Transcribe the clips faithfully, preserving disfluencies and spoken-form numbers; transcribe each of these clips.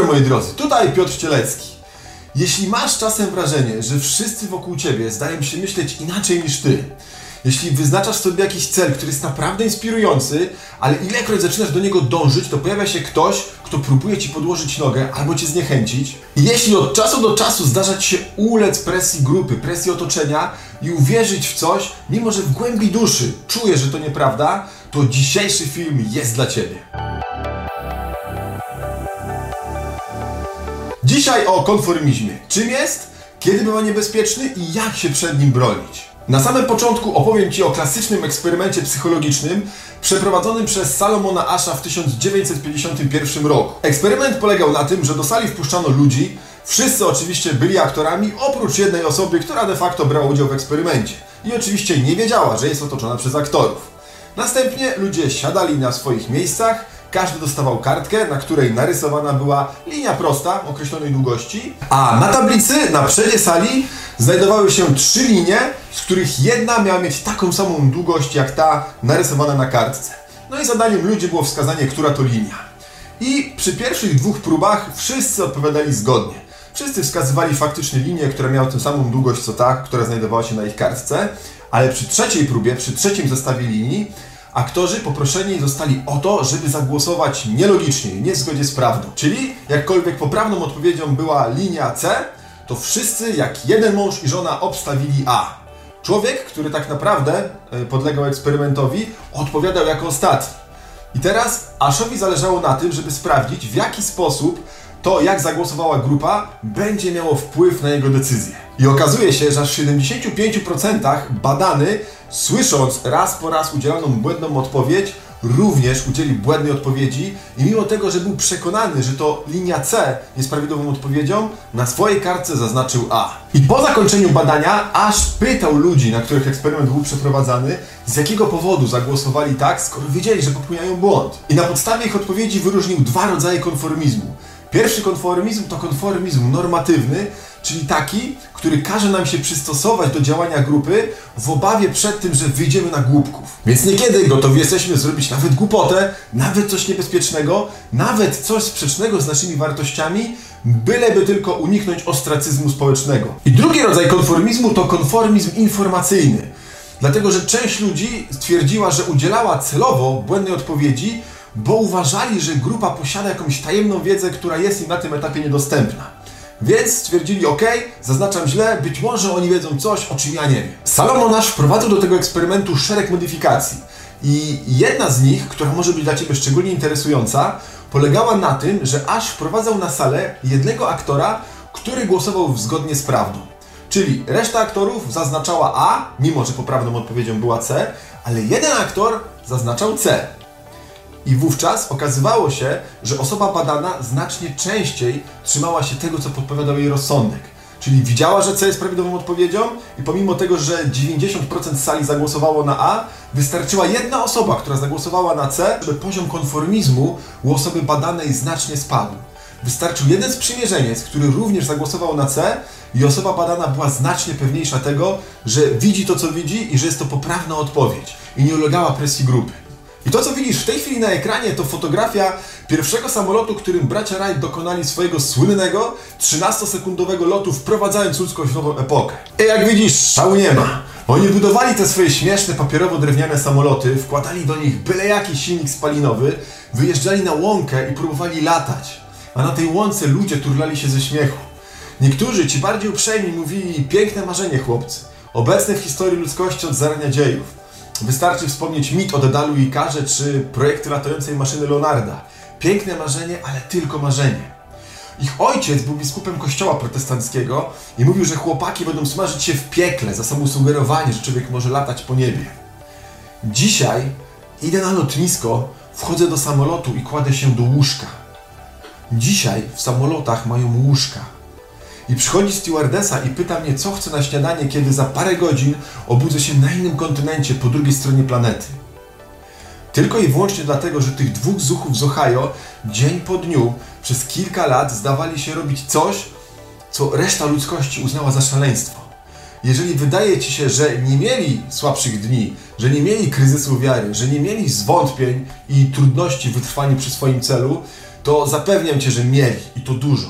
moi drodzy, tutaj Piotr Cielecki. Jeśli masz czasem wrażenie, że wszyscy wokół ciebie zdają się myśleć inaczej niż ty, jeśli wyznaczasz sobie jakiś cel, który jest naprawdę inspirujący, ale ilekroć zaczynasz do niego dążyć, to pojawia się ktoś, kto próbuje ci podłożyć nogę albo cię zniechęcić. I jeśli od czasu do czasu zdarza ci się ulec presji grupy, presji otoczenia i uwierzyć w coś, mimo że w głębi duszy czujesz, że to nieprawda, to dzisiejszy film jest dla ciebie. Dzisiaj o konformizmie. Czym jest, kiedy bywa niebezpieczny i jak się przed nim bronić. Na samym początku opowiem Ci o klasycznym eksperymencie psychologicznym przeprowadzonym przez Salomona Asha w tysiąc dziewięćset pięćdziesiątym pierwszym roku. Eksperyment polegał na tym, że do sali wpuszczano ludzi, wszyscy oczywiście byli aktorami, oprócz jednej osoby, która de facto brała udział w eksperymencie i oczywiście nie wiedziała, że jest otoczona przez aktorów. Następnie ludzie siadali na swoich miejscach, każdy dostawał kartkę, na której narysowana była linia prosta określonej długości, a na tablicy na przedzie sali znajdowały się trzy linie, z których jedna miała mieć taką samą długość jak ta narysowana na kartce. No i zadaniem ludzi było wskazanie, która to linia. I przy pierwszych dwóch próbach wszyscy odpowiadali zgodnie. Wszyscy wskazywali faktycznie linię, która miała tę samą długość co ta, która znajdowała się na ich kartce, ale przy trzeciej próbie, przy trzecim zestawie linii, aktorzy poproszeni zostali o to, żeby zagłosować nielogicznie, nie w zgodzie z prawdą. Czyli jakkolwiek poprawną odpowiedzią była linia C, to wszyscy jak jeden mąż i żona obstawili A. Człowiek, który tak naprawdę podlegał eksperymentowi, odpowiadał jako ostatni. I teraz Ashowi zależało na tym, żeby sprawdzić, w jaki sposób to, jak zagłosowała grupa, będzie miało wpływ na jego decyzję. I okazuje się, że aż w siedemdziesięciu pięciu procentach badany, słysząc raz po raz udzieloną błędną odpowiedź, również udzielił błędnej odpowiedzi i mimo tego, że był przekonany, że to linia C jest prawidłową odpowiedzią, na swojej kartce zaznaczył A. I po zakończeniu badania Ash pytał ludzi, na których eksperyment był przeprowadzany, z jakiego powodu zagłosowali tak, skoro wiedzieli, że popełniają błąd. I na podstawie ich odpowiedzi wyróżnił dwa rodzaje konformizmu. Pierwszy konformizm to konformizm normatywny, czyli taki, który każe nam się przystosować do działania grupy w obawie przed tym, że wyjdziemy na głupków. Więc niekiedy gotowi jesteśmy zrobić nawet głupotę, nawet coś niebezpiecznego, nawet coś sprzecznego z naszymi wartościami, byleby tylko uniknąć ostracyzmu społecznego. I drugi rodzaj konformizmu to konformizm informacyjny. Dlatego, że część ludzi stwierdziła, że udzielała celowo błędnej odpowiedzi, bo uważali, że grupa posiada jakąś tajemną wiedzę, która jest im na tym etapie niedostępna. Więc stwierdzili, ok, zaznaczam źle, być może oni wiedzą coś, o czym ja nie wiem. Salomon Ash wprowadził do tego eksperymentu szereg modyfikacji. I jedna z nich, która może być dla Ciebie szczególnie interesująca, polegała na tym, że Ash wprowadzał na salę jednego aktora, który głosował zgodnie z prawdą. Czyli reszta aktorów zaznaczała A, mimo że poprawną odpowiedzią była C, ale jeden aktor zaznaczał C. I wówczas okazywało się, że osoba badana znacznie częściej trzymała się tego, co podpowiadał jej rozsądek. Czyli widziała, że C jest prawidłową odpowiedzią i pomimo tego, że dziewięćdziesiąt procent sali zagłosowało na A, wystarczyła jedna osoba, która zagłosowała na C, żeby poziom konformizmu u osoby badanej znacznie spadł. Wystarczył jeden sprzymierzeniec, który również zagłosował na C i osoba badana była znacznie pewniejsza tego, że widzi to, co widzi i że jest to poprawna odpowiedź i nie ulegała presji grupy. I to, co widzisz w tej chwili na ekranie, to fotografia pierwszego samolotu, którym bracia Wright dokonali swojego słynnego trzynastosekundowego lotu, wprowadzając ludzkość w nową epokę. I jak widzisz, szału nie ma. Oni budowali te swoje śmieszne papierowo-drewniane samoloty, wkładali do nich byle jaki silnik spalinowy, wyjeżdżali na łąkę i próbowali latać. A na tej łące ludzie turlali się ze śmiechu. Niektórzy, ci bardziej uprzejmi, mówili: piękne marzenie, chłopcy, obecne w historii ludzkości od zarania dziejów. Wystarczy wspomnieć mit o Dedalu i Ikarze czy projekty latającej maszyny Leonarda. Piękne marzenie, ale tylko marzenie. Ich ojciec był biskupem kościoła protestanckiego i mówił, że chłopaki będą smażyć się w piekle za samo sugerowanie, że człowiek może latać po niebie. Dzisiaj idę na lotnisko, wchodzę do samolotu i kładę się do łóżka. Dzisiaj w samolotach mają łóżka. I przychodzi stewardesa i pyta mnie, co chcę na śniadanie, kiedy za parę godzin obudzę się na innym kontynencie, po drugiej stronie planety. Tylko i wyłącznie dlatego, że tych dwóch zuchów z Ohio dzień po dniu przez kilka lat zdawali się robić coś, co reszta ludzkości uznała za szaleństwo. Jeżeli wydaje Ci się, że nie mieli słabszych dni, że nie mieli kryzysu wiary, że nie mieli zwątpień i trudności w wytrwaniu przy swoim celu, to zapewniam Cię, że mieli i to dużo.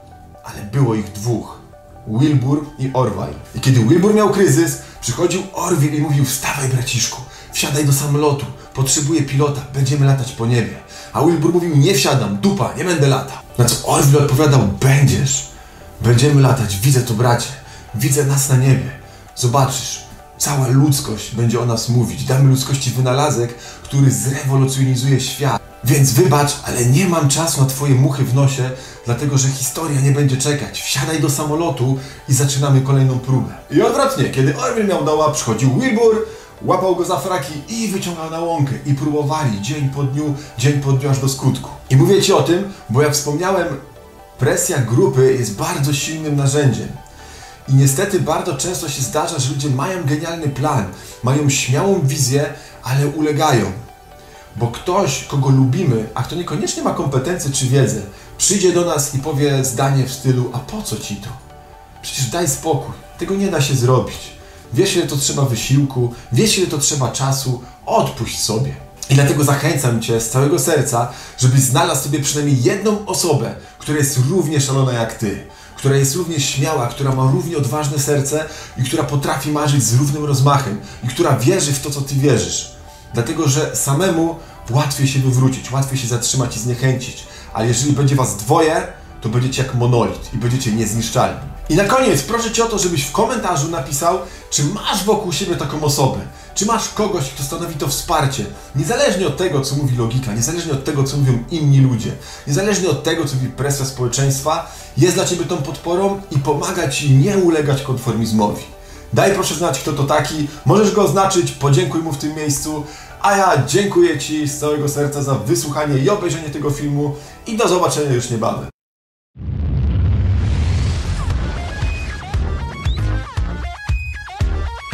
Ale było ich dwóch. Wilbur i Orville. I kiedy Wilbur miał kryzys, przychodził Orville i mówił: wstawaj braciszku, wsiadaj do samolotu, potrzebuję pilota, będziemy latać po niebie. A Wilbur mówił: nie wsiadam, dupa, nie będę latał. Na co Orville odpowiadał: będziesz, będziemy latać, widzę to bracie, widzę nas na niebie. Zobaczysz, cała ludzkość będzie o nas mówić, damy ludzkości wynalazek, który zrewolucjonizuje świat. Więc wybacz, ale nie mam czasu na Twoje muchy w nosie, dlatego że historia nie będzie czekać. Wsiadaj do samolotu i zaczynamy kolejną próbę. I odwrotnie, kiedy Orville miał doła, przychodził Wilbur, łapał go za fraki i wyciągał na łąkę. I próbowali dzień po dniu, dzień po dniu aż do skutku. I mówię Ci o tym, bo jak wspomniałem, presja grupy jest bardzo silnym narzędziem. I niestety bardzo często się zdarza, że ludzie mają genialny plan, mają śmiałą wizję, ale ulegają. Bo ktoś, kogo lubimy, a kto niekoniecznie ma kompetencje czy wiedzę, przyjdzie do nas i powie zdanie w stylu: a po co Ci to? Przecież daj spokój, tego nie da się zrobić. Wiesz, ile to trzeba wysiłku, wiesz, ile to trzeba czasu, odpuść sobie. I dlatego zachęcam Cię z całego serca, żebyś znalazł sobie przynajmniej jedną osobę, która jest równie szalona jak Ty, która jest równie śmiała, która ma równie odważne serce i która potrafi marzyć z równym rozmachem i która wierzy w to, co Ty wierzysz. Dlatego, że samemu łatwiej się wywrócić, łatwiej się zatrzymać i zniechęcić. Ale jeżeli będzie Was dwoje, to będziecie jak monolit i będziecie niezniszczalni. I na koniec proszę Cię o to, żebyś w komentarzu napisał, czy masz wokół siebie taką osobę, czy masz kogoś, kto stanowi to wsparcie, niezależnie od tego, co mówi logika, niezależnie od tego, co mówią inni ludzie, niezależnie od tego, co mówi presja społeczeństwa, jest dla Ciebie tą podporą i pomaga Ci nie ulegać konformizmowi. Daj proszę znać, kto to taki, możesz go oznaczyć, podziękuj mu w tym miejscu, a ja dziękuję Ci z całego serca za wysłuchanie i obejrzenie tego filmu i do zobaczenia już niebawem.